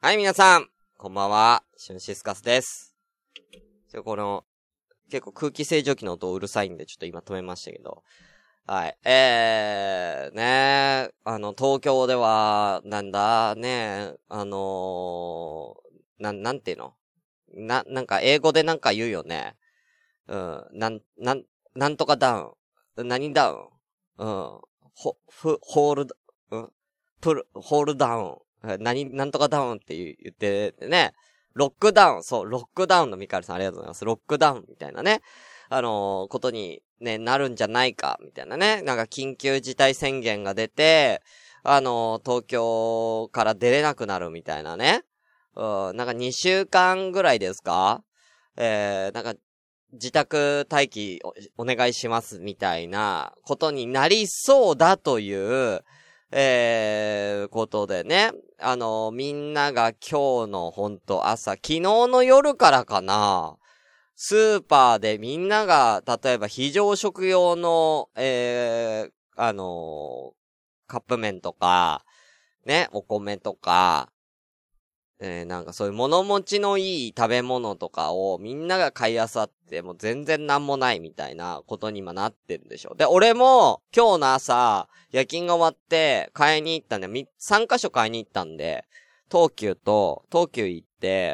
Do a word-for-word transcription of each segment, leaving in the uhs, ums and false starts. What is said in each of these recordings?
はい、皆さん、こんばんは、シュンシスカスです。ちょ、この、結構空気清浄機の音うるさいんで、ちょっと今止めましたけど。はい。えー、ねー、あの、東京では、なんだ、ねあのー、なん、なんていうのな、なんか英語でなんか言うよね。うん、なん、なん、なんとかダウン。何ダウンうん。ほ、ふ、ホール、うん。プル、ホールダウン。何、なんとかダウンって言ってね。ロックダウン、そう、ロックダウンのミカエルさんありがとうございます。ロックダウンみたいなね。あのー、ことにね、なるんじゃないか、みたいなね。なんか緊急事態宣言が出て、あのー、東京から出れなくなるみたいなね。うん、なんかにしゅうかんぐらいですかえー、なんか、自宅待機 お, お願いしますみたいなことになりそうだという、えー、ことでね。あの、みんなが今日のほんと朝、昨日の夜からかな、スーパーでみんなが、例えば非常食用の、えー、あのー、カップ麺とか、ね、お米とか、えー、なんかそういう物持ちのいい食べ物とかをみんなが買い漁ってもう全然なんもないみたいなことに今なってるんでしょ。で、俺も今日の朝夜勤が終わって買いに行ったんで、さんカ所買いに行ったんで、東急と、東急行って、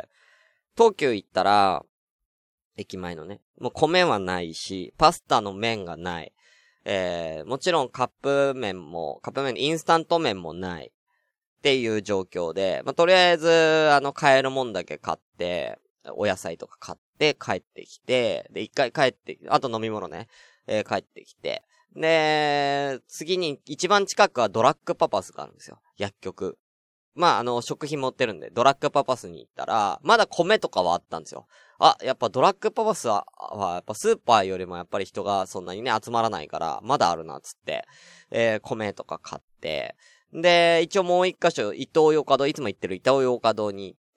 東急行ったら、駅前のね、もう米はないし、パスタの麺がない。えー、もちろんカップ麺も、カップ麺、インスタント麺もない。っていう状況で、まあ、とりあえず、あの、買えるもんだけ買って、お野菜とか買って帰ってきて、で、一回帰って、あと飲み物ね、えー、帰ってきて、で、次に一番近くはドラッグパパスがあるんですよ。薬局。まあ、あの、食品持ってるんで、ドラッグパパスに行ったら、まだ米とかはあったんですよ。あ、やっぱドラッグパパスは、はやっぱスーパーよりもやっぱり人がそんなにね、集まらないから、まだあるな、つって、えー、米とか買って、で、一応もう一箇所、伊東洋華堂、いつも行ってる伊東洋華堂に行って、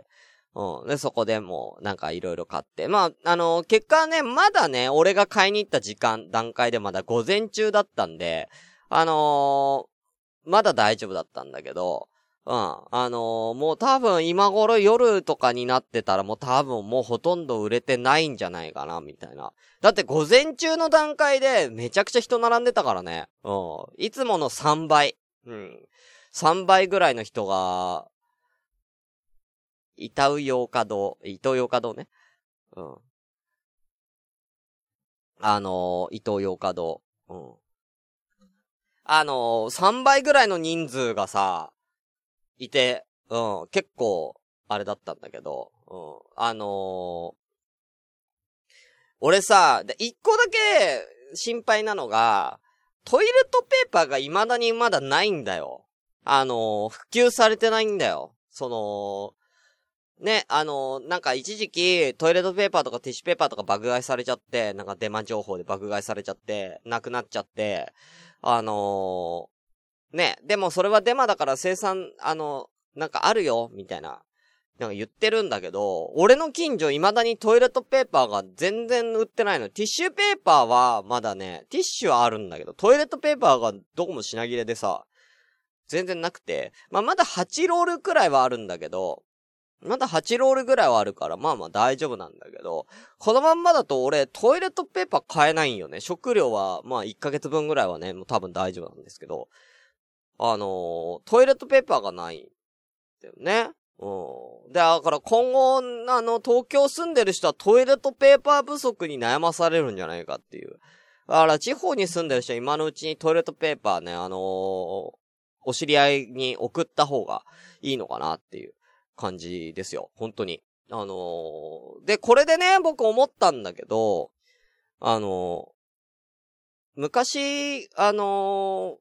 うん。で、そこでもなんかいろいろ買って。まあ、あのー、結果ね、まだね、俺が買いに行った時間、段階でまだ午前中だったんで、あのー、まだ大丈夫だったんだけど、うん。あのー、もう多分今頃夜とかになってたらもう多分もうほとんど売れてないんじゃないかな、みたいな。だって午前中の段階でめちゃくちゃ人並んでたからね。うん。いつものさんばい。うん。さんばいぐらいの人が、伊東洋華堂、伊東洋華堂ね。うん。あのー、伊東洋華堂。うん。あのー、さんばいぐらいの人数がさ、いて、うん、結構、あれだったんだけど、うん。あのー、俺さ、で、一個だけ心配なのが、トイレットペーパーが未だにまだないんだよ。あのー、普及されてないんだよ。その、ね、あのー、なんか一時期トイレットペーパーとかティッシュペーパーとか爆買いされちゃって、なんかデマ情報で爆買いされちゃって、なくなっちゃって、あのー、ね、でもそれはデマだから生産、あの、なんかあるよ、みたいな。なんか言ってるんだけど、俺の近所未だにトイレットペーパーが全然売ってないの。ティッシュペーパーはまだね、ティッシュはあるんだけど、トイレットペーパーがどこも品切れでさ、全然なくて、まあまだはちロールくらいはあるんだけど、まだはちロールぐらいはあるから、まあまあ大丈夫なんだけど、このまんまだと俺トイレットペーパー買えないんよね。食料はまあいっかげつぶんぐらいはね、もう多分大丈夫なんですけど、あのー、トイレットペーパーがないんだよね。うん。で、だから今後、あの、東京住んでる人はトイレットペーパー不足に悩まされるんじゃないかっていう。だから地方に住んでる人は今のうちにトイレットペーパーね、あのー、お知り合いに送った方がいいのかなっていう感じですよ。本当に。あのー、で、これでね、僕思ったんだけど、あのー、昔、あの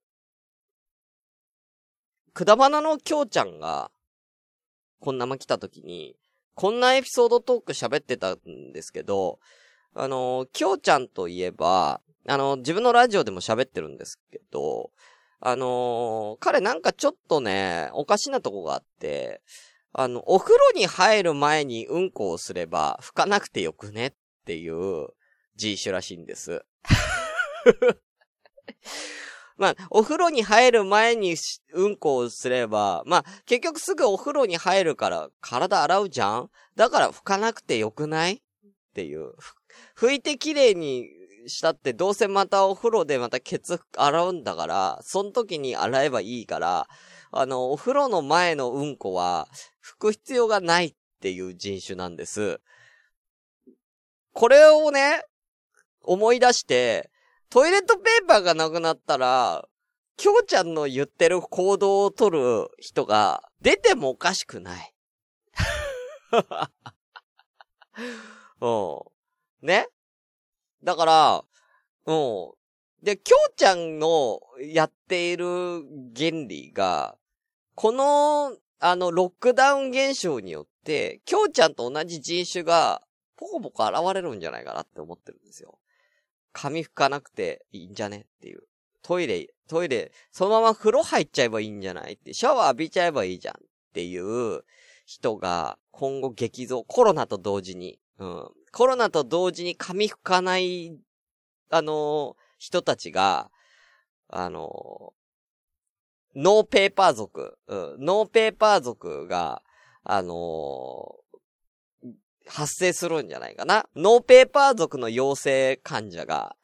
ー、くだばなのきょうちゃんが、こんなま来た時に、こんなエピソードトーク喋ってたんですけど、あのー、きょうちゃんといえば、あのー、自分のラジオでも喋ってるんですけど、あのー、彼なんかちょっとね、おかしなとこがあって、あの、お風呂に入る前にうんこをすれば、拭かなくてよくねっていう人種らしいんです。 まあ、お風呂に入る前にうんこをすれば、まあ、結局すぐお風呂に入るから体洗うじゃん？だから拭かなくてよくない？っていう。拭いてきれいにしたってどうせまたお風呂でまたケツ洗うんだから、その時に洗えばいいから、あの、お風呂の前のうんこは拭く必要がないっていう人種なんです。これをね、思い出して、トイレットペーパーがなくなったら、きょうちゃんの言ってる行動を取る人が出てもおかしくない。うん。ね？だから、うん。で、きょうちゃんのやっている原理が、この、あの、ロックダウン現象によって、きょうちゃんと同じ人種が、ポコポコ現れるんじゃないかなって思ってるんですよ。髪拭かなくていいんじゃねっていう。トイレ、トイレ、そのまま風呂入っちゃえばいいんじゃないって、シャワー浴びちゃえばいいじゃんっていう人が今後激増、コロナと同時に、うん。コロナと同時に髪拭かない、あのー、人たちが、あのー、ノーペーパー族、うん、ノーペーパー族が、あのー、発生するんじゃないかな。ノーペーパー族の陽性患者が、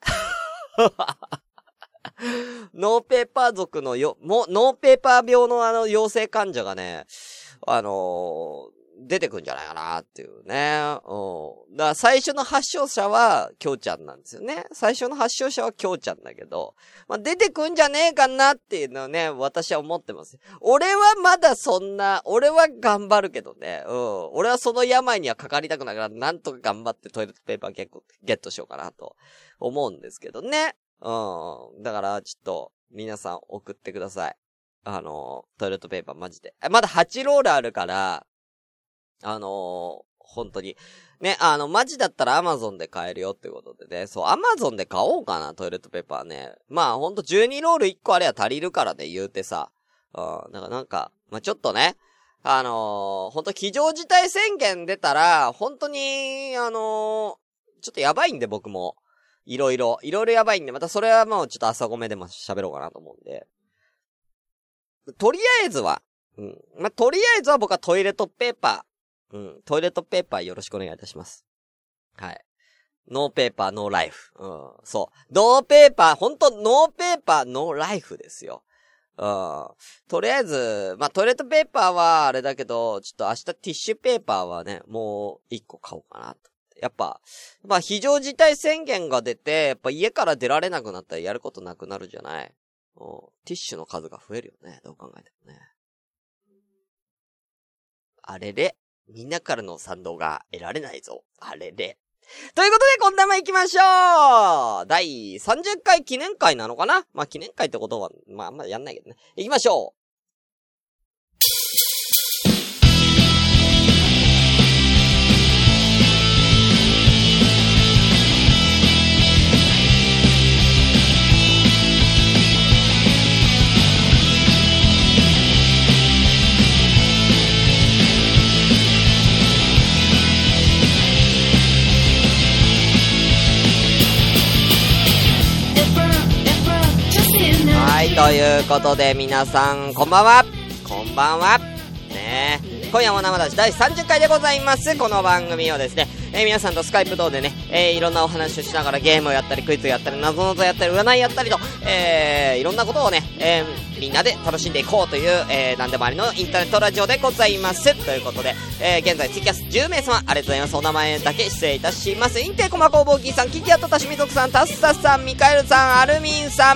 ノーペーパー族のよ、も、ノーペーパー病のあの陽性患者がね、あのー、出てくんじゃないかなっていうね。うん。だから最初の発症者はきょうちゃんなんですよね。最初の発症者はきょうちゃんだけど、まあ、出てくんじゃねえかなっていうのをね、私は思ってます。俺はまだそんな、俺は頑張るけどね。うん。俺はその病にはかかりたくないから、なんとか頑張ってトイレットペーパーゲット、ゲットしようかなと思うんですけどね。うん。だからちょっと皆さん送ってください。あの、トイレットペーパーマジで。まだはちロールあるから、あのー、本当に。ね、あの、マジだったらアマゾンで買えるよってことでね。そう、アマゾンで買おうかな、トイレットペーパーね。まあ、ほんとじゅうにロールいっこあれば足りるからね、言うてさ。うん、だからなんか、まあ、ちょっとね、あのー、ほんと非常事態宣言出たら、本当に、あのー、ちょっとやばいんで僕も。いろいろ、いろいろやばいんで、またそれはもうちょっと朝ごめでも喋ろうかなと思うんで。とりあえずは、うん。まあ、とりあえずは僕はトイレットペーパー。うん。トイレットペーパーよろしくお願いいたします。はい。ノーペーパー、ノーライフ。うん。そう。ノーペーパー、ほんと、ノーペーパー、ノーライフですよ。うん。とりあえず、まあ、トイレットペーパーはあれだけど、ちょっと明日ティッシュペーパーはね、もう一個買おうかなと。やっぱ、まあ、非常事態宣言が出て、やっぱ家から出られなくなったらやることなくなるじゃない。うん。ティッシュの数が増えるよね。どう考えてもね。あれで。みんなからの賛同が得られないぞ。あれで。ということで、こんなま行きましょう。だいさんじゅっかい記念会なのかな？まあ、記念会ってことは、まあ、あんまやんないけどね。行きましょう。はい、ということで皆さんこんばんは。こんばんは。ねえ。今夜も生出しだいさんじゅっかいでございます。この番組をですね、えー、皆さんとスカイプ等でね、えー、いろんなお話をしながらゲームをやったり、クイズをやったり、謎々やったり、占いやったりと、えー、いろんなことをね、えー、みんなで楽しんでいこうという、えー、なんでもありのインターネットラジオでございます。ということで、えー、現在ツイキャスじゅうめいさま、ありがとうございます。お名前だけ失礼いたします。インテーコマ工房キーさん、キキアトタシミゾクさん、タッサさん、ミカエルさん、アルミンさん、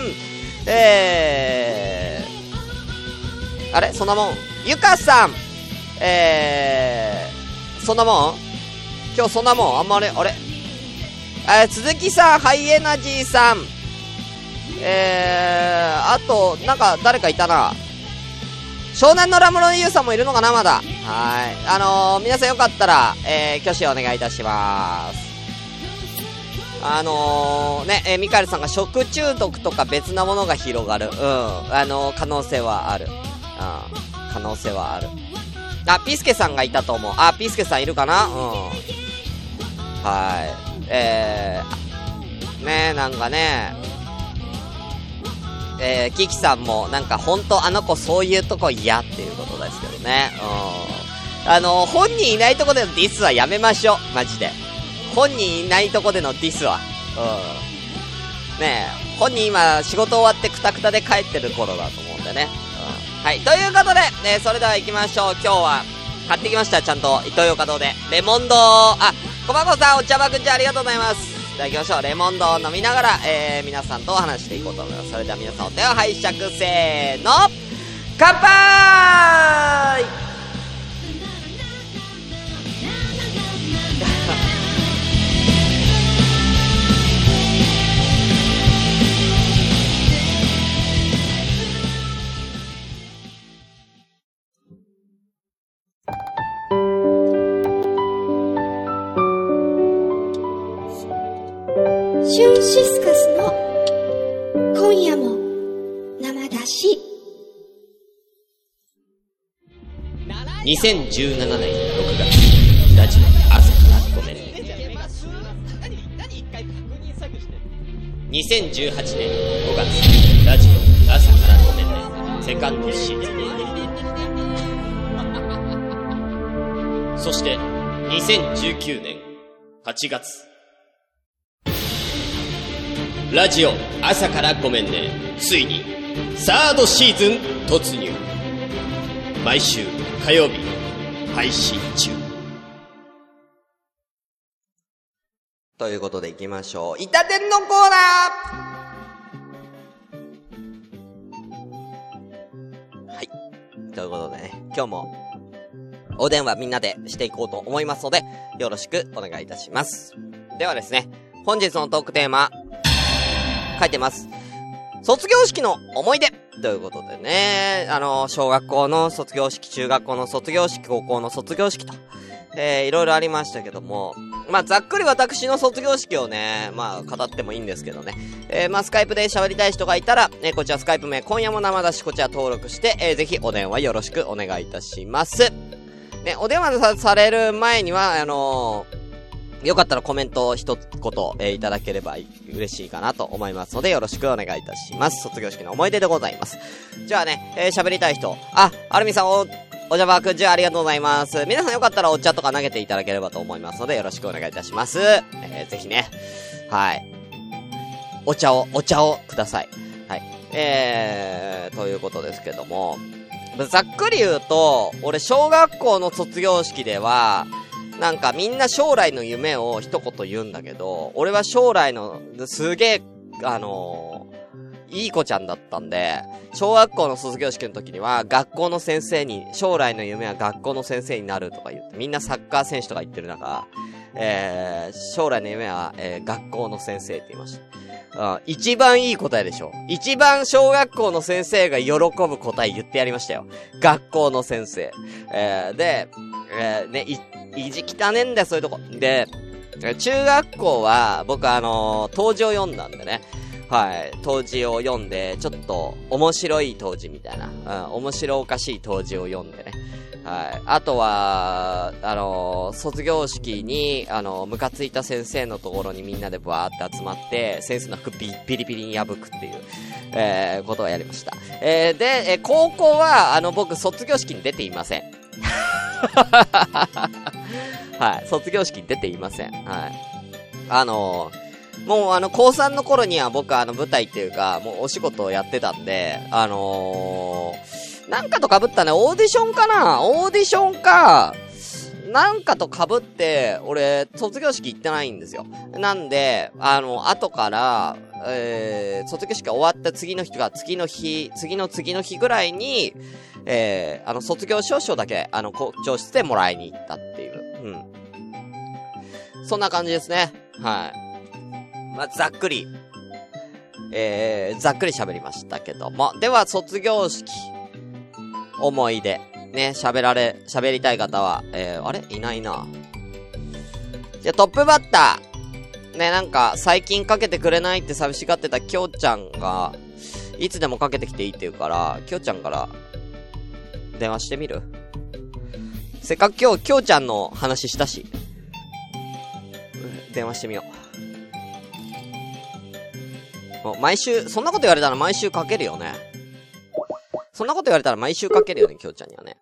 えー、あれそんなもんゆかさん、えー、そんなもん今日そんなもんあんまり、あれえー、鈴木さん、ハイエナジーさん、えー、あと、なんか誰かいたな。湘南のラムロンユーさんもいるのかなまだ。はい。あのー、皆さんよかったら、えー、挙手お願いいたします。あのー、ね、えー、ミカエルさんが食中毒とか別なものが広がる。うん。あのー、可能性はある。うん。可能性はある。あ、ピースケさんがいたと思う。あ、ピースケさんいるかなうん。はい。えー、ね、なんかね、 えー、キキさんもなんかほんとあの子そういうとこ嫌っていうことですけどね。うん。あの、本人いないとこでのディスはやめましょう。マジで。本人いないとこでのディスは。うん。ねえ、本人今仕事終わってクタクタで帰ってる頃だと思うんでね。うん。はい。ということで、ね、それでは行きましょう。今日は、買ってきました。ちゃんと、イトーヨーカドーで。レモンドー。あ、小箱さん、お茶葉くんちゃんありがとうございます。いただきましょう。レモンドー飲みながら、えー、皆さんとお話していこうと思います。それでは皆さんお手を拝借、せーの。乾杯シュンシスカスの今夜も生出し。 にせんじゅうななねんろくがつ、ラジオ朝からごめんね。にせんじゅうはちねんごがつ、ラジオ朝からごめんね。セカンドシーズン。そしてにせんじゅうきゅうねんはちがつ、ラジオ朝からごめんね、ついにサードシーズン突入。毎週火曜日配信中ということで行きましょう。板伝のコーナー。はい、ということでね、今日もお電話みんなでしていこうと思いますので、よろしくお願いいたします。ではですね、本日のトークテーマ書いてます。卒業式の思い出ということでね、あの、小学校の卒業式、中学校の卒業式、高校の卒業式と、えー、いろいろありましたけども、まあ、ざっくり私の卒業式をね、まあ、語ってもいいんですけどね、えー、まあ、スカイプで喋りたい人がいたら、ね、こちらスカイプ名、今夜も生出し、こちら登録して、えー、ぜひお電話よろしくお願いいたします。ね、お電話さ、される前には、あのー、よかったらコメントを一言、えー、いただければ嬉しいかなと思いますのでよろしくお願いいたします。卒業式の思い出でございます。じゃあね、えー、喋りたい人、あ、アルミさんお、お茶葉くんじゃあありがとうございます。皆さんよかったらお茶とか投げていただければと思いますのでよろしくお願いいたします。えー、ぜひね、はい。お茶を、お茶をください。はい。えー、ということですけども、ざっくり言うと、俺小学校の卒業式では、なんかみんな将来の夢を一言言うんだけど、俺は将来のすげえ、あのー、いい子ちゃんだったんで、小学校の卒業式の時には学校の先生に、将来の夢は学校の先生になるとか言って、みんなサッカー選手とか言ってる中、えー、将来の夢は、えー、学校の先生って言いました。うん、一番いい答えでしょ。一番小学校の先生が喜ぶ答え言ってやりましたよ。学校の先生。えー、で、えー、ね、い、意地汚ねんだよ、そういうとこ。で、中学校は、僕あのー、当時を読んだんでね。はい。当時を読んで、ちょっと、面白い当時みたいな。うん、面白おかしい当時を読んでね。はい。あとは、あのー、卒業式に、あのー、ムカついた先生のところにみんなでバーって集まって、先生の服ビピリピリに破くっていう、えー、ことをやりました。えー、で、えー、高校は、あの、僕、卒業式に出ていません。はい。卒業式に出ていません。はい。あのー、もうあの、高さんの頃には僕あの、舞台っていうか、もうお仕事をやってたんで、あのー、なんかと被ったね、オーディションかなオーディションか、なんかと被って、俺、卒業式行ってないんですよ。なんで、あの、後から、えー、卒業式が終わった次の日が、次の日、次の次の日ぐらいに、えー、あの、卒業証書だけ、あの、校長室でもらいに行ったっていう。うん。そんな感じですね。はい。まあ、ざっくり、えー、ざっくり喋りましたけども。では、卒業式、思い出。ね、喋られ、喋りたい方は、えー、あれいないな。じゃ、トップバッター。ね、なんか、最近かけてくれないって寂しがってたきょうちゃんが、いつでもかけてきていいって言うから、きょうちゃんから、電話してみる？せっかく今日、きょうちゃんの話したし。電話してみよう。 もう毎週、そんなこと言われたら毎週かけるよね。そんなこと言われたら毎週かけるよね、きょうちゃんにはね。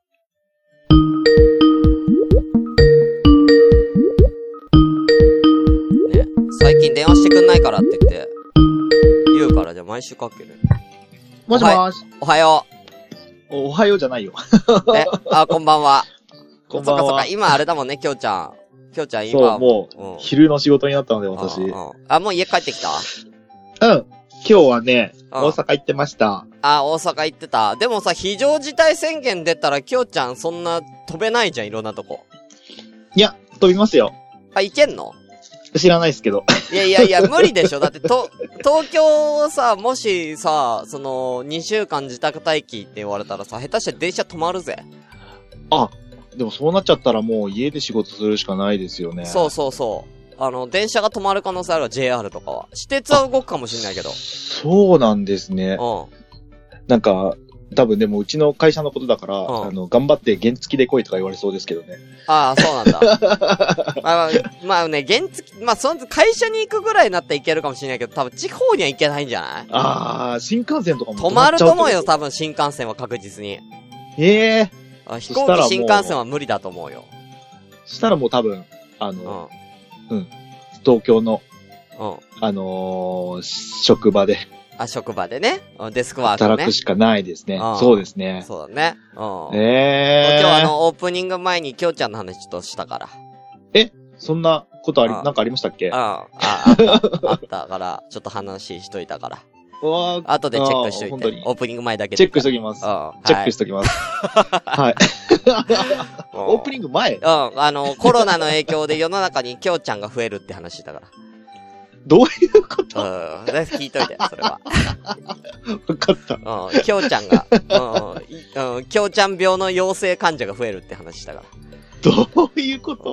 ね、最近電話してくんないからって言って、言うからじゃあ毎週かける。 もしもーし。 おはよう。おはようじゃないよ。 え、あ、こんばんは。 こんばんは。 そっかそっか、今あれだもんね、きょうちゃん。きょうちゃん今。 そう、もう、うん、昼の仕事になったので、私。 うんうん、あ、もう家帰ってきた？ うん。今日はね、大阪行ってました。 あ、大阪行ってた。でもさ、非常事態宣言出たら、きょうちゃんそんな飛べないじゃん、いろんなとこ。 いや、飛びますよ。 あ、行けんの？ 知らないですけど。 いやいやいや、無理でしょ。だって、と、東京さ、もしさ、その、にしゅうかん自宅待機って言われたらさ、下手して電車止まるぜ。 あ、でもそうなっちゃったらもう家で仕事するしかないですよね。 そうそうそう。あの、電車が止まる可能性あるわ、ジェイアール とかは。私鉄は動くかもしんないけど。 そうなんですね。 うん。なんか、多分でもうちの会社のことだから、うん、あの、頑張って原付で来いとか言われそうですけどね。 ああ、そうなんだ。まあ、まあね、原付、まあ、その会社に行くぐらいになったらいけるかもしれないけど、多分地方には行けないんじゃない？ ああ、新幹線とかも止まると思うよ、多分新幹線は確実に。 ええー。飛行機新幹線は無理だと思うよ。 したらもう多分、あの、うん、うん、東京の、 うん、 あのー、職場で。 あ、職場でね。デスクワークね。 働くしかないですね。うん、そうですね。 そうだね。うん。 ええー。 今日あの、オープニング前にきょうちゃんの話ちょっとしたから。 えそんなことあり、なんかありましたっけ？ ああ、ああ、あったから、ちょっと話しといたから。後でチェックしといて。オープニング前だけで。 チェックしときます。チェックしときます。はい。オープニング前？ うん。あの、コロナの影響で世の中にきょうちゃんが増えるって話だから。 どういうこと？ うん。聞いといて、それは。 わかった。 うん。きょうちゃんが、うん。うん。きょうちゃん病の陽性患者が増えるって話だから。 どういうこと？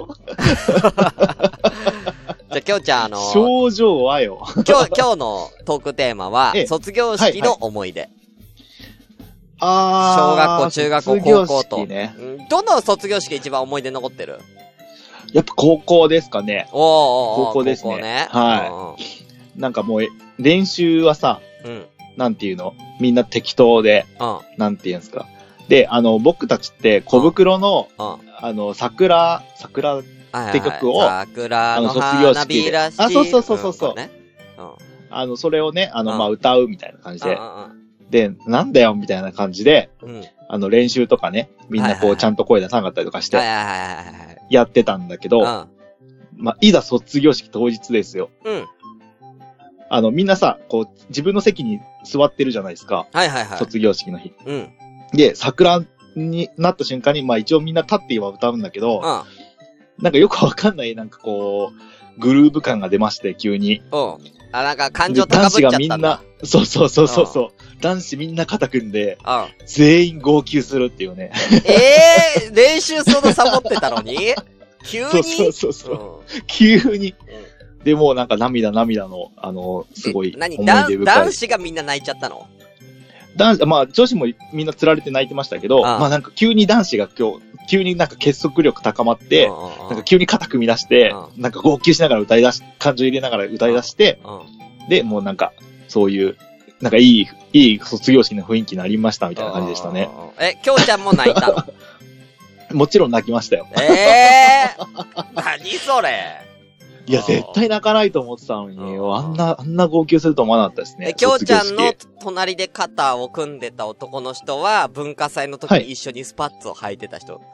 じゃあ、きょうちゃん、あのー、 症状はよ。 今日、今日のトークテーマは、卒業式の思い出。はいはい、 あ小学校、中学校、高校と。 ね、 どの卒業式一番思い出残ってる？ やっぱ高校ですかね。 おーおーおー高校ですね。 高校ね。 はい。なんかもう、練習はさ、 うん、 なんていうのみんな適当で、 うん、 なんていうんですか。で、あの、僕たちって小袋の、うん、あの、桜、桜って曲を、はいはい、 桜の花びらしあ、そうそうそうそうそう、 うんねうん、 あの、それをね、あの、 うん、 まあ、歌うみたいな感じで、 うんうんうん、 で、なんだよみたいな感じで、 うん、 あの、練習とかね、みんなこう、ちゃんと声出さなかったりとかして、やってたんだけど、 うんまあ、いざ卒業式当日ですよ。 うん。 あの、みんなさ、こう、自分の席に座ってるじゃないですか。 はいはいはい。 卒業式の日。 うん。 で、桜になった瞬間に、まあ一応みんな立っては歌うんだけど、 うん。 なんかよくわかんない、なんかこう、グルーヴ感が出まして、急に。 うん。あ、なんか感情高ぶっちゃったんだ。男子がみんな、 そうそうそうそうそう。男子みんな肩組んで、 うん。 全員号泣するっていうね。 ええー、練習そのサボってたのに急にそうそうそうそう、うん、急に、うん、でもうなんか涙涙のあのすごい思い出深い。 何男子がみんな泣いちゃったの？ 男子まあ女子もみんな釣られて泣いてましたけど、ああまあなんか急に男子が今日急になんか結束力高まって、ああなんか急に肩組み出して、ああなんか号泣しながら歌い出し感情入れながら歌い出して、ああでもうなんかそういうなんかいいいい卒業式の雰囲気になりましたみたいな感じでしたね。 ああえ、きょうちゃんも泣いたの？ もちろん泣きましたよ。 ええー、何それ。 いや、絶対泣かないと思ってたのに、あんな、あんな号泣すると思わなかったですね。 え、きょうちゃんの隣で肩を組んでた男の人は、文化祭の時に一緒にスパッツを履いてた人。はい、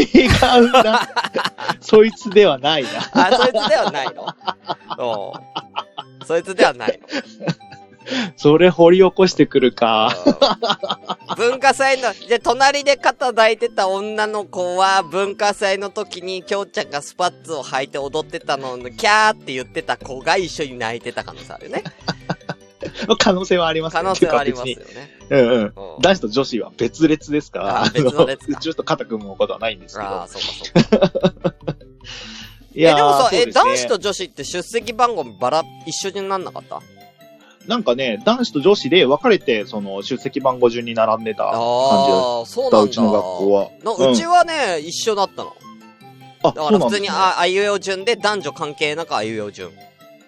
違うな。そいつではないな。 あ、そいつではないの？おそいつではないの。 それ掘り起こしてくるか。 文化祭の、で、隣で肩抱いてた女の子は、文化祭の時に、きょうちゃんがスパッツを履いて踊ってたのを、キャーって言ってた子が一緒に泣いてた可能性あるよね。 可能性はありますね。可能性はありますよね。 うんうん。男子と女子は別列ですから。 あ、別の列か。 うちと肩組むことはないんですけど。 ああ、そうかそうか。いや、え、でもさ、え、男子と女子って出席番号バラ、一緒になんなかった？ なんかね、男子と女子で分かれて、その、出席番号順に並んでた感じだった。ああ、そうなんだ。うちの学校は。 うちはね、うん、一緒だったの。 あ、 だから普通に、ね、あ、あいうえお順で男女関係なくあいうえお順。 あ、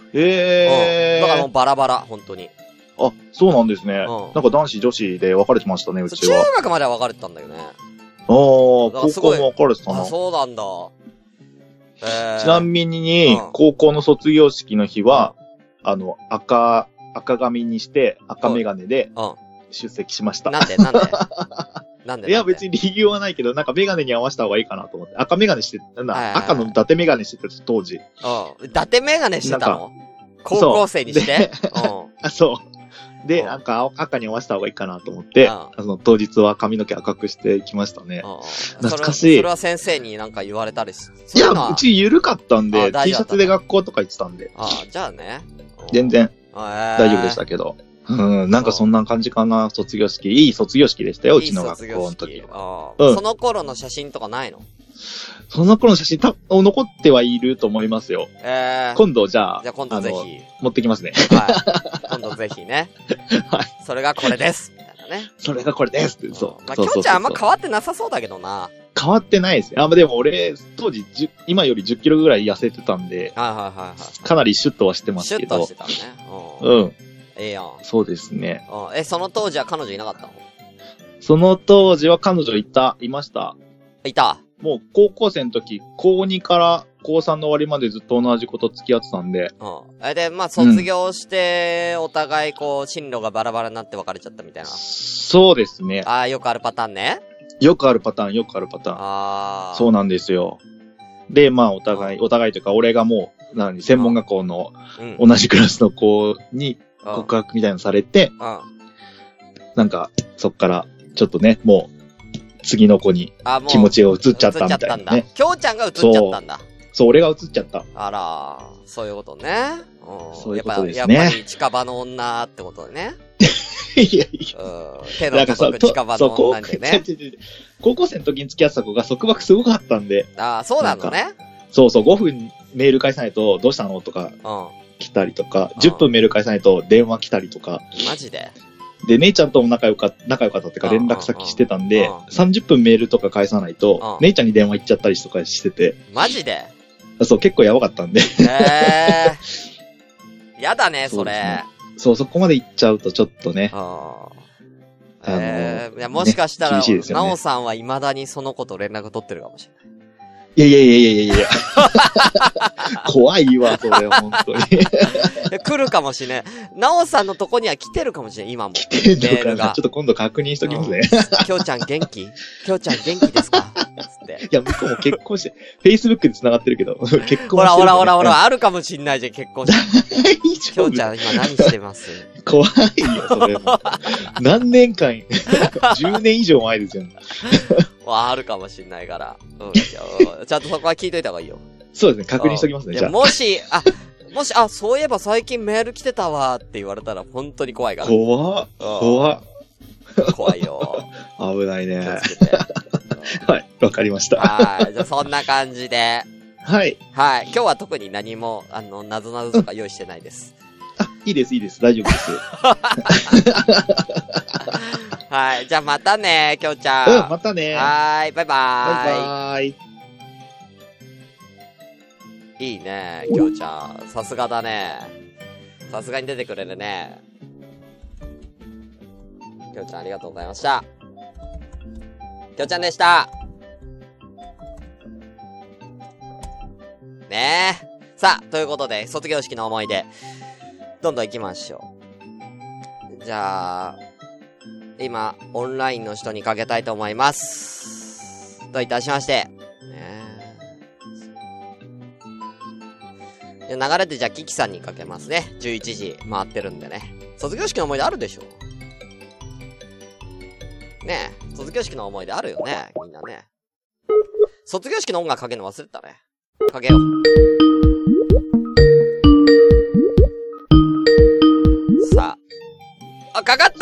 ええー。 うん。だからもうバラバラ、本当に。 あ、そうなんですね。 うん。 なんか男子女子で分かれてましたね、うちは。 中学までは分かれてたんだよね。 ああ、高校も分かれてたな。 あ、そうなんだ。えー、 ちなみに、うん、高校の卒業式の日は、あの、赤、赤髪にして、赤メガネで、出席しました。 うん、なんでなんでなんでいや、別に理由はないけど、なんかメガネに合わせた方がいいかなと思って。赤メガネして、なんだ、はいはいはい、赤の伊達メガネしてた当時。 うん。伊達メガネしてたの高校生にして、うん、 あ、そう。で、なんか赤に合わせた方がいいかなと思って、あの、当日は髪の毛赤くしてきましたね。懐かしい。 それは先生になんか言われたりし、 いや、うち緩かったんで、T シャツで学校とか行ってたんで。 ああ、じゃあね。 全然、大丈夫でしたけど。うん、なんかそんな感じかな、卒業式。いい卒業式でしたよ、うちの学校の時は。うん、その頃の写真とかないの？ その頃の写真た、残ってはいると思いますよ。 えー、 今度じゃあ、 じゃあ今度ぜひ。 持ってきますね。 はい。今度ぜひね。 はい。 それがこれです。みたいなね。 それがこれですって、そう。 まあ、きょうちゃんあんま変わってなさそうだけどな。 変わってないですね。あ、でも俺、当時じゅう、今よりじゅっキロぐらい痩せてたんで、 はいはいはいはい。 かなりシュッとはしてますけど。 シュッとしてたね。 うん。うん。 ええやん。 そうですね。 え、その当時は彼女いなかったの？ その当時は彼女いた、いました。 いた。 もう高校生の時、高にから高さんの終わりまでずっと同じ子と付き合ってたんで。 うん。え、で、まあ、卒業して、お互いこう、進路がバラバラになって別れちゃったみたいな。 そうですね。 ああ、よくあるパターンね。 よくあるパターン、よくあるパターン。 ああ。 そうなんですよ。で、まあ、お互い、お互いというか、俺がもう、何、専門学校の同じクラスの子に告白みたいなのされて、うん、なんか、そっから、ちょっとね、もう、次の子に気持ちが移っちゃったみたいなね。 きょうちゃんが移っちゃったんだ。 そう、俺が移っちゃった。 あら、そういうことね。 うん、そういうことですね。 やっぱり近場の女ってことでね。 いやいや。 うん。手の届く近場の女なんでね。 高校生の時に付き合ってた子が束縛すごかったんで。 ああ、そうなのね。 そうそう、ごふんメール返さないと、どうしたのとか、来たりとか、じゅっぷんメール返さないと電話来たりとか。 マジで？ で、姉ちゃんとも仲良かった、仲良かったっていうか連絡先してたんで、さんじゅっぷんメールとか返さないと、姉ちゃんに電話行っちゃったりとかしてて。 マジで？ そう、結構やばかったんで。 へー。やだね、それ。 そう、そこまで行っちゃうとちょっとね。 あえー、いやもしかしたら、なおさんは未だにその子と連絡取ってるかもしれない。 いやいやいやいやいやいや。怖いわ、それ、本当に。 来るかもしれん。なおさんのとこには来てるかもしれん、今も。 来てるのかな？ちょっと今度確認しときますね。 きょうちゃん元気？きょうちゃん元気ですか？つって。 いや、向こうも結婚して、Facebook で繋がってるけど、結婚してる、ね。 ほらほらほらほら、あるかもしんないじゃん、結婚して。きょうちゃん今何してます？ 怖いよ、それも。何年間、じゅうねん以上前ですよね。 あるかもしんないから。うん。ちゃんとそこは聞いといた方がいいよ。 そうですね。確認しときますね。じゃあ。 もし、あ、もし、あ、そういえば最近メール来てたわって言われたら本当に怖いから。 怖っ。怖っ。 怖いよ。 危ないね。気をつけて。はい。わかりました。 はい。じゃあそんな感じで。 はい。 はい。今日は特に何も、あの、なぞなぞとか用意してないです。 あ、いいです、いいです。大丈夫です。 はい。じゃあまたね、きょうちゃん。 うん、またね。 はい。バイバーイ。 バイバーイ。 いいね、きょうちゃん。さすがだね。さすがに出てくれるね。きょうちゃんありがとうございました。きょうちゃんでした。ねえ。さあ、ということで、卒業式の思い出、どんどん行きましょう。じゃあ、今、オンラインの人にかけたいと思います。どういたしまして。ねえ。流れてじゃあ、キキさんにかけますね。じゅういちじ回ってるんでね。卒業式の思い出あるでしょ？ねえ。卒業式の思い出あるよね。みんなね。卒業式の音楽かけるの忘れてたね。かけよう。さあ。あ、かかった！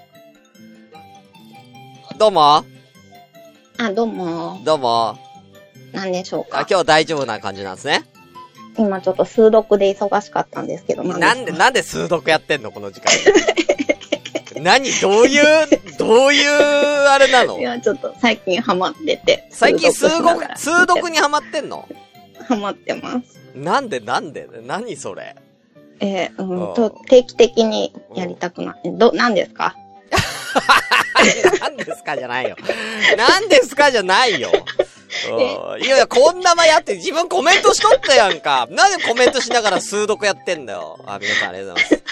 どうもあ、どうもどうも何でしょうか。 あ、今日大丈夫な感じなんですね。 今ちょっと数読で忙しかったんですけど、 なんで、なんで数読やってんのこの時間。何どういう、どういう、あれなの？ いや、ちょっと最近ハマってて。 最近数読、数読にハマってんの？ ハマってます。 なんでなんで何それ？ えー、うんと、定期的にやりたくない。ど、何ですか何ですかじゃないよ。何ですかじゃないよ。いやいや、こんなまやって自分コメントしとったやんか。なんでコメントしながら数読やってんだよ。あ、皆さんありがとうございます。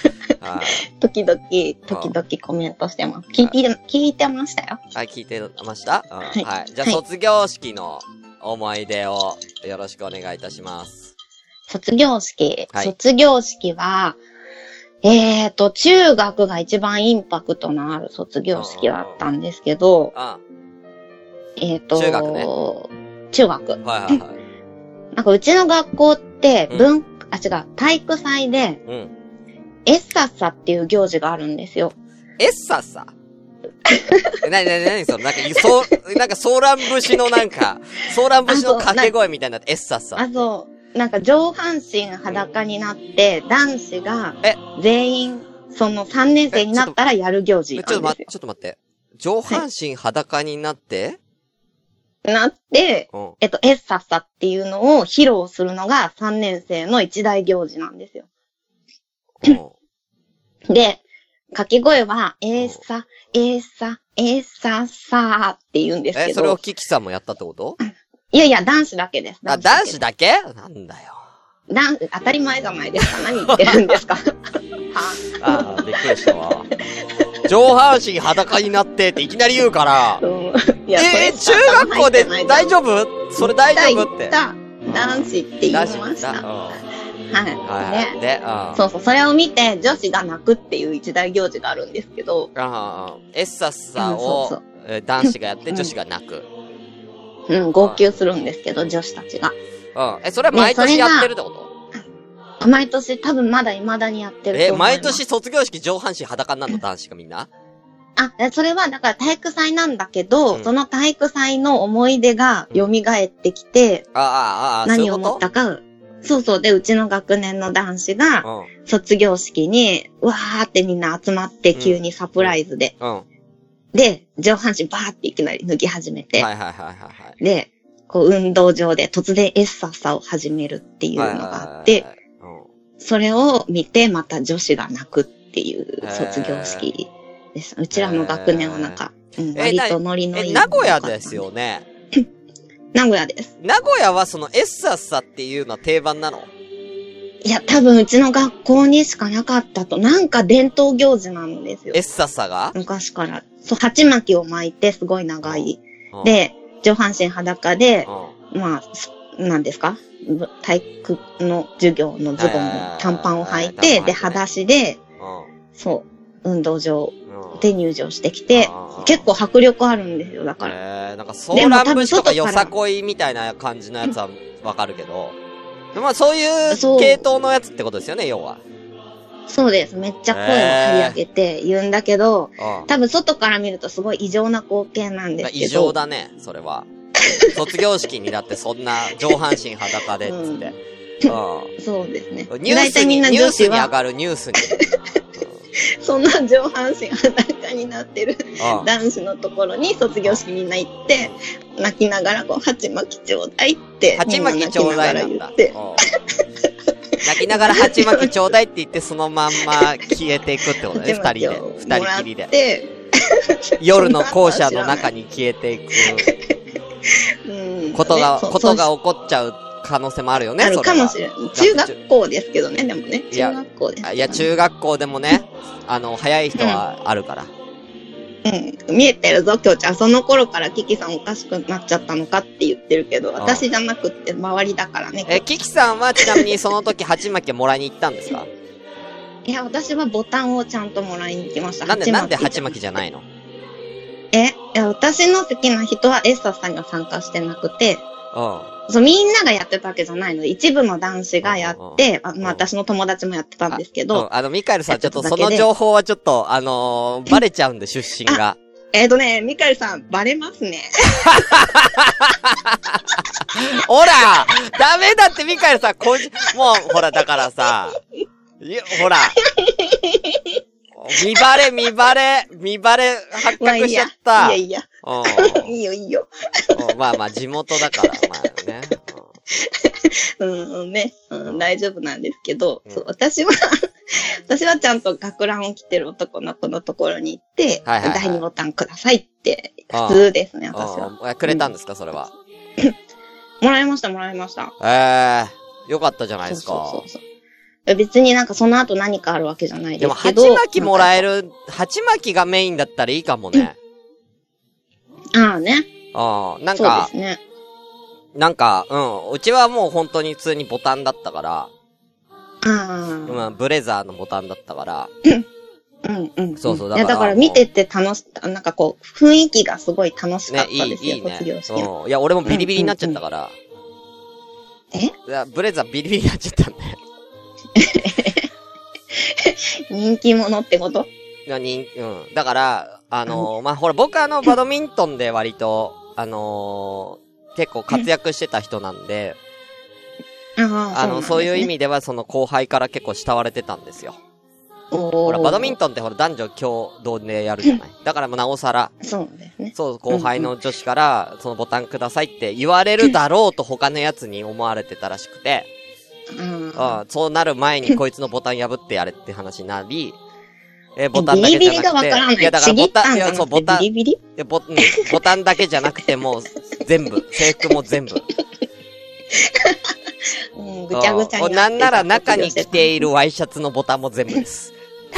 はい。 時々、時々コメントしてます。聞いて、聞いてましたよ。 はい、聞いてました、うん、はい、はい。じゃあ、 はい、 卒業式の思い出をよろしくお願いいたします。 卒業式。 はい、 卒業式は、えーと、中学が一番インパクトのある卒業式だったんですけど、 ああえーと、 中学ね。 中学。 はいはいはい。 なんかうちの学校って文、うん、あ、違う、体育祭で、 うん、 エッサッサっていう行事があるんですよ。 エッサッサなになになにその、なんか、そう、なんか、ソーラン節のなんか、ソーラン節の掛け声みたいな、エッサッサ。 あ、そう。なんか上半身裸になって、男子が、全員、そのさんねん生になったらやる行事なんですよ。 ちょっと待って、ちょっと待って。上半身裸になって、 はい、なって、うん、えっと、エッサッサっていうのを披露するのがさんねん生の一大行事なんですよ。うん、で、掛け声は、エッサ、エッサ、エッサッサーって言うんですけど。 え、それをキキさんもやったってこと？ いやいや、男子だけです。 あ、男子だけ？なんだよ。 男、当たり前じゃないですか。何言ってるんですか。 ああ、びっくりしたわ。上半身裸になってっていきなり言うから。うん、いやえー、中学校で大丈夫？それ大丈夫って。 男子って言いました。はい。 はい。で、 うん、そうそう、それを見て女子が泣くっていう一大行事があるんですけど。 ああ、エッサッサを、うん、そうそう、男子がやって女子が泣く。 うん、号泣するんですけど、女子たちが。 うん。え、それは毎年やってるってこと？ 毎年、多分まだ未だにやってると思います。 え、毎年卒業式上半身裸になるの男子がみんな？ あ、それはだから体育祭なんだけど、うん、その体育祭の思い出が蘇ってきて、 うん、ああ、ああ、 何を思ったか、そうそう。で、うちの学年の男子が、卒業式に、わーってみんな集まって急にサプライズで、うんうんで、上半身バーっていきなり脱ぎ始めて、 はいはいはいはい。 で、こう運動場で突然エッサッサを始めるっていうのがあって、それを見てまた女子が泣くっていう卒業式です。うちらの学年はなんか、うん、割とノリのいい。 え、名古屋ですよね。 名古屋です。 名古屋はそのエッサッサっていうのは定番なの？ いや、多分うちの学校にしかなかったと、なんか伝統行事なんですよ。 エッサッサが？ 昔から。そう、鉢巻きを巻いてすごい長い。うん、で、上半身裸で、うん、まあ、何ですか？体育の授業のズボンの短パンを履いて、えー、で、裸足で、うん、そう、運動場で入場してきて、結構迫力あるんですよ、だから。 えー、なんかソーラン節とかよさこいみたいな感じのやつはわかるけど、まあそういう系統のやつってことですよね、要は。 そうです。めっちゃ声を張り上げて言うんだけど、えー、多分外から見るとすごい異常な光景なんですけど。 異常だね、それは。卒業式にだってそんな上半身裸でっつって。うんうん、そうですね。 ニュースに、ニュースに上がるニュースに。 そんな上半身裸になってる男子のところに卒業式みんな行って、泣きながらこう、鉢巻きちょうだいって、 鉢巻きちょうだいなんだ。泣きながら鉢巻きちょうだいって言って、そのまんま消えていくってことね、二人で。二人きりで。夜の校舎の中に消えていく。ことが、ことが起こっちゃう可能性もあるよね、 あるかもしれない。中学校ですけどね、でもね。中学校です、ね。 いや、中学校でもね、あの、早い人はあるから。 うん。見えてるぞ、きょうちゃん。その頃からキキさんおかしくなっちゃったのかって言ってるけど、私じゃなくって周りだからね。 え、キキさんはちなみにその時鉢巻きをもらいに行ったんですか？ いや、私はボタンをちゃんともらいに行きました。 なんで、なんで鉢巻きじゃないの？ え、いや、私の好きな人はエッサさんが参加してなくて、 うん。 そう、みんながやってたわけじゃないので、一部の男子がやって、あまあ私の友達もやってたんですけど。 あ, あの、ミカエルさん、ちょっとその情報はちょっと、あのー、バレちゃうんで、出身が。 えっ、ー、とね、ミカエルさん、バレますね。 ほらダメだってミカエルさん、こじ、もう、ほら、だからさ、ほら。見バレ、見バレ、見バレ発覚しちゃった。 まあ、いやいや。いいよいいよ。 まあまあ地元だから、まあね。 うんね、うん、大丈夫なんですけど、うん、そう私は、私はちゃんと学ランを着てる男の子のところに行って、はいはいはい、だいにボタンくださいって、普通ですね、私は。 くれたんですか、それは。 もらいました、もらいました。 ええー、よかったじゃないですか。 そうそうそうそう。別になんかその後何かあるわけじゃないですけど。 でも、鉢巻きもらえる、鉢巻きがメインだったらいいかもね。 ああね。 ああ、なんか、 そうですね。 なんか、うん、うちはもう本当に普通にボタンだったから、 ああ。 うん、ブレザーのボタンだったから、 うんうん。 そうそう、 だから。いや、だから見てて楽し、なんかこう、雰囲気がすごい楽しかったですよ、ね、いい、いいね、卒業式。 うん。いや、俺もビリビリになっちゃったから。 うんうんうん、えいや、ブレザービリビリになっちゃったんで。 人気者ってこと？ いや、人、うん。だから、あのー、まあ、ほら、僕あの、バドミントンで割と、あのー、結構活躍してた人なんで、 あの、 そう、ね、そういう意味では、その後輩から結構慕われてたんですよ。ほら、バドミントンってほら、男女共同でやるじゃない。だからもうなおさら、 そうですね。 そう、後輩の女子から、そのボタンくださいって言われるだろうと他のやつに思われてたらしくて、 うん、 うん、そうなる前にこいつのボタン破ってやれって話になり、えー、ボタンだけじゃなくて、ビリビリがわからない。 いや、だからボタン、いや、そう、ボタン、ビリビリ？いや、ボ、うん、ボタンだけじゃなくてもう、全部、制服も全部。 うん、ぐちゃぐちゃになって。なんなら中に着ているワイシャツのボタンも全部です。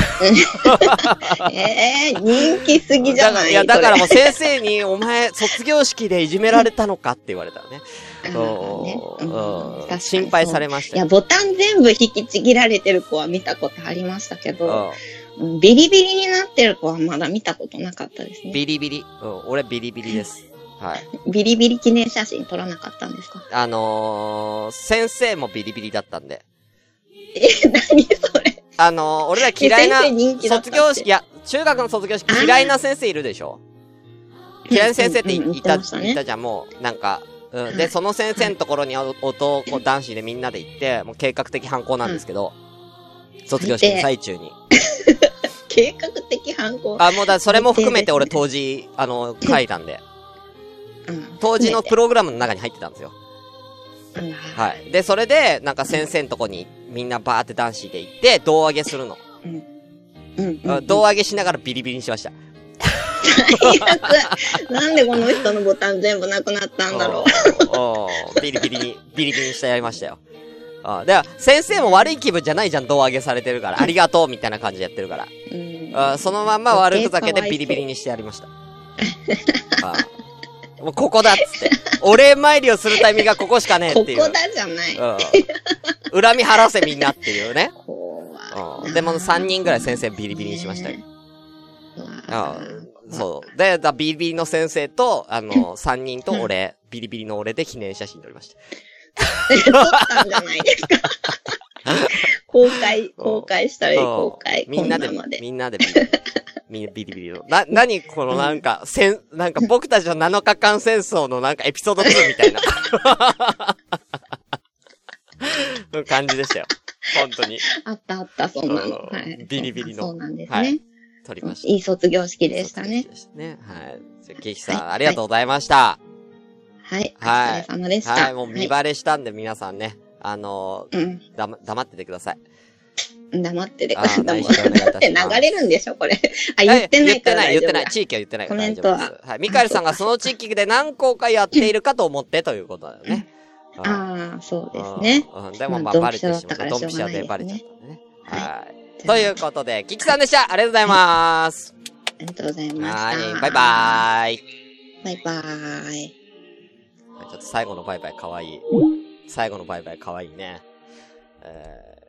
ええー、人気すぎじゃない？ いや、だからもう先生に、お前、卒業式でいじめられたのかって言われたね。 そうね、 うん、心配されました。 いや、ボタン全部引きちぎられてる子は見たことありましたけど、うん、ビリビリになってる子はまだ見たことなかったですね。 ビリビリ。うん、俺ビリビリです。はい。 ビリビリ記念写真撮らなかったんですか？ あのー、先生もビリビリだったんで。 え、何それ？ あのー、俺ら嫌いな、卒業式、いや、中学の卒業式嫌いな先生いるでしょ？嫌いな先生ってい、うんうん、いた、ね、いたじゃん、もう、なんか、うん。で、その先生のところに男、男子でみんなで行って、もう計画的犯行なんですけど、うん、卒業式の最中に。 計画的犯行？ あ、もうだ、それも含めて俺当時、あの、書いたんで。うん、当時のプログラムの中に入ってたんですよ。 うん、 はい。で、それで、なんか先生のとこにみんなバーって男子で行って、胴上げするの。 うん。うん、うん。 胴上げしながらビリビリにしました。 最悪。なんでこの人のボタン全部なくなったんだろう。 おービリビリに、ビリビリにしてやりましたよ。あだから先生も悪い気分じゃないじゃん、胴上げされてるから。ありがとうみたいな感じでやってるから。うん、あそのまんま悪ふざけでビリビリにしてやりました。あもうここだっつって。お礼参りをするタイミングがここしかねえっていう。 ここだじゃない。 うん。恨み晴らせみんなっていうね。 怖い。 でもさんにんぐらい先生ビリビリにしましたよ。うん。そう。で、だビリビリの先生と、あの、さんにんと俺、ビリビリの俺で記念写真撮りました。 撮ったんじゃないですか。公開、公開したらいい、公開。 みんなで、みんなでビリビリ。みんなビリビリの。な、なにこのなんか、せん、なんか僕たちのなのかかん戦争のなんかエピソードツーみたいな。感じでしたよ。本当に。 あったあった、そんなの。はい、 ビリビリの。 そうなんですね。 はい、撮りました。 いい卒業式でしたね。 でしたね。はい。じゃケーキさん、はい、ありがとうございました。 はい。はい。お疲れ様でした。 はい。もう見バレしたんで皆さんね、あのー、うん、だま、黙っててください。 黙っててください。黙って流れるんでしょこれ。あ、言ってないから。 言ってない、言ってない。地域は言ってないから大丈夫です。はい。ミカエルさんがその地域で何校かやっているかと思ってということだよね。 ああ、そうですね。 うん。でもまあバレてしまった。ドンピシャでバレちゃったね。はい。ということで、キキさんでした。ありがとうございます。 ありがとうございました。 はい。バイバーイ。 バイバーイ。 ちょっと最後のバイバイかわいい。最後のバイバイかわいいね。えー